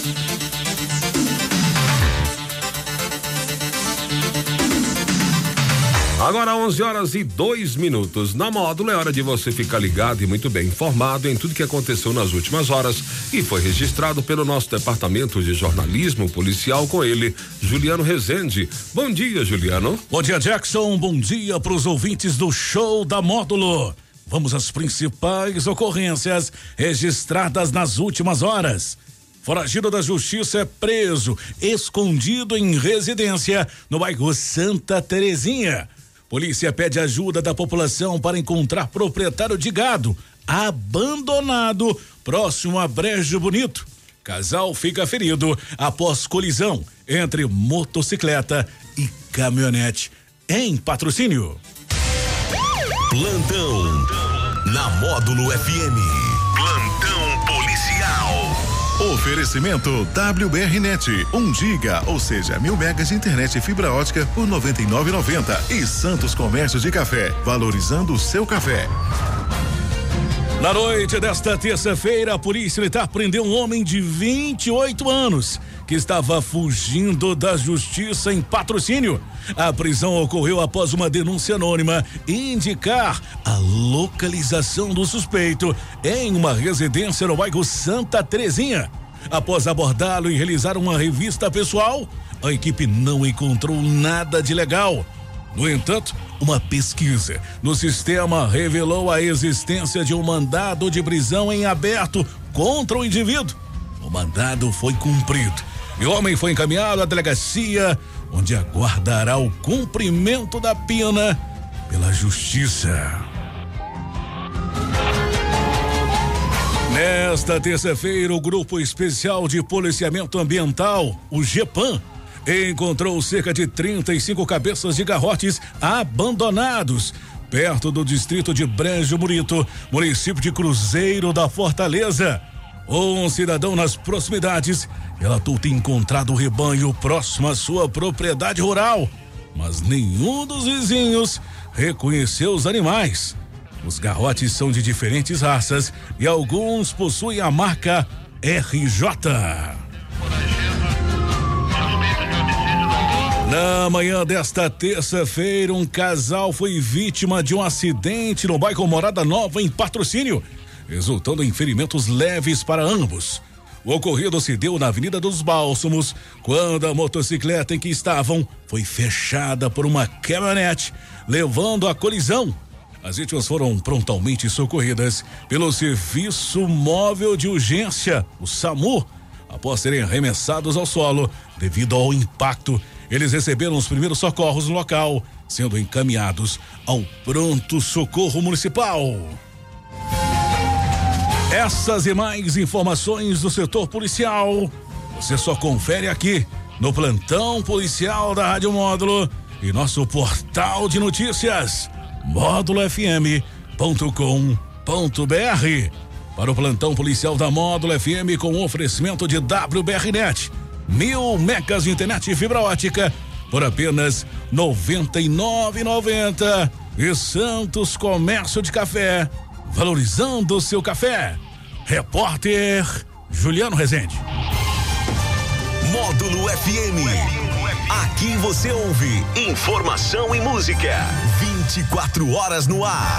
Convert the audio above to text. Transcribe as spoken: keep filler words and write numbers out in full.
Agora onze horas e dois minutos. Na Módulo é hora de você ficar ligado e muito bem informado em tudo que aconteceu nas últimas horas e foi registrado pelo nosso departamento de jornalismo policial com ele, Juliano Rezende. Bom dia, Juliano. Bom dia, Jackson. Bom dia para os ouvintes do show da Módulo. Vamos às principais ocorrências registradas nas últimas horas. Foragido da justiça é preso, escondido em residência no bairro Santa Terezinha. Polícia pede ajuda da população para encontrar proprietário de gado abandonado próximo a Brejo Bonito. Casal fica ferido após colisão entre motocicleta e caminhonete em Patrocínio. Plantão na Módulo F M. Plantão policial. Oferecimento W B R Net, um giga, ou seja, mil megas de internet e fibra ótica por noventa e nove reais e noventa centavos. E Santos Comércio de Café, valorizando o seu café. Na noite desta terça-feira, a Polícia Militar prendeu um homem de vinte e oito anos que estava fugindo da justiça em Patrocínio. A prisão ocorreu após uma denúncia anônima indicar a localização do suspeito em uma residência no bairro Santa Terezinha. Após abordá-lo e realizar uma revista pessoal, a equipe não encontrou nada de legal. No entanto, uma pesquisa no sistema revelou a existência de um mandado de prisão em aberto contra o indivíduo. O mandado foi cumprido e o homem foi encaminhado à delegacia, onde aguardará o cumprimento da pena pela justiça. Nesta terça-feira, o Grupo Especial de Policiamento Ambiental, o GEPAM, encontrou cerca de trinta e cinco cabeças de garrotes abandonados perto do distrito de Brejo Bonito, município de Cruzeiro da Fortaleza. Um cidadão nas proximidades relatou ter encontrado o rebanho próximo à sua propriedade rural, mas nenhum dos vizinhos reconheceu os animais. Os garrotes são de diferentes raças e alguns possuem a marca R J. Na manhã desta terça-feira, um casal foi vítima de um acidente no bairro Morada Nova, em Patrocínio, resultando em ferimentos leves para ambos. O ocorrido se deu na Avenida dos Bálsamos, quando a motocicleta em que estavam foi fechada por uma caminhonete, levando à colisão. As vítimas foram prontamente socorridas pelo Serviço Móvel de Urgência, o SAMU. Após serem arremessados ao solo devido ao impacto, eles receberam os primeiros socorros no local, sendo encaminhados ao Pronto Socorro Municipal. Essas e mais informações do setor policial, você só confere aqui no Plantão Policial da Rádio Módulo e nosso portal de notícias, módulo f m ponto com ponto b r. Para o Plantão Policial da Módulo F M com oferecimento de W B R Net, mil megas de internet e fibra ótica por apenas noventa e nove reais e noventa centavos. E Santos Comércio de Café, valorizando o seu café. Repórter Juliano Rezende. Módulo F M. Aqui você ouve informação e música. vinte e quatro horas no ar.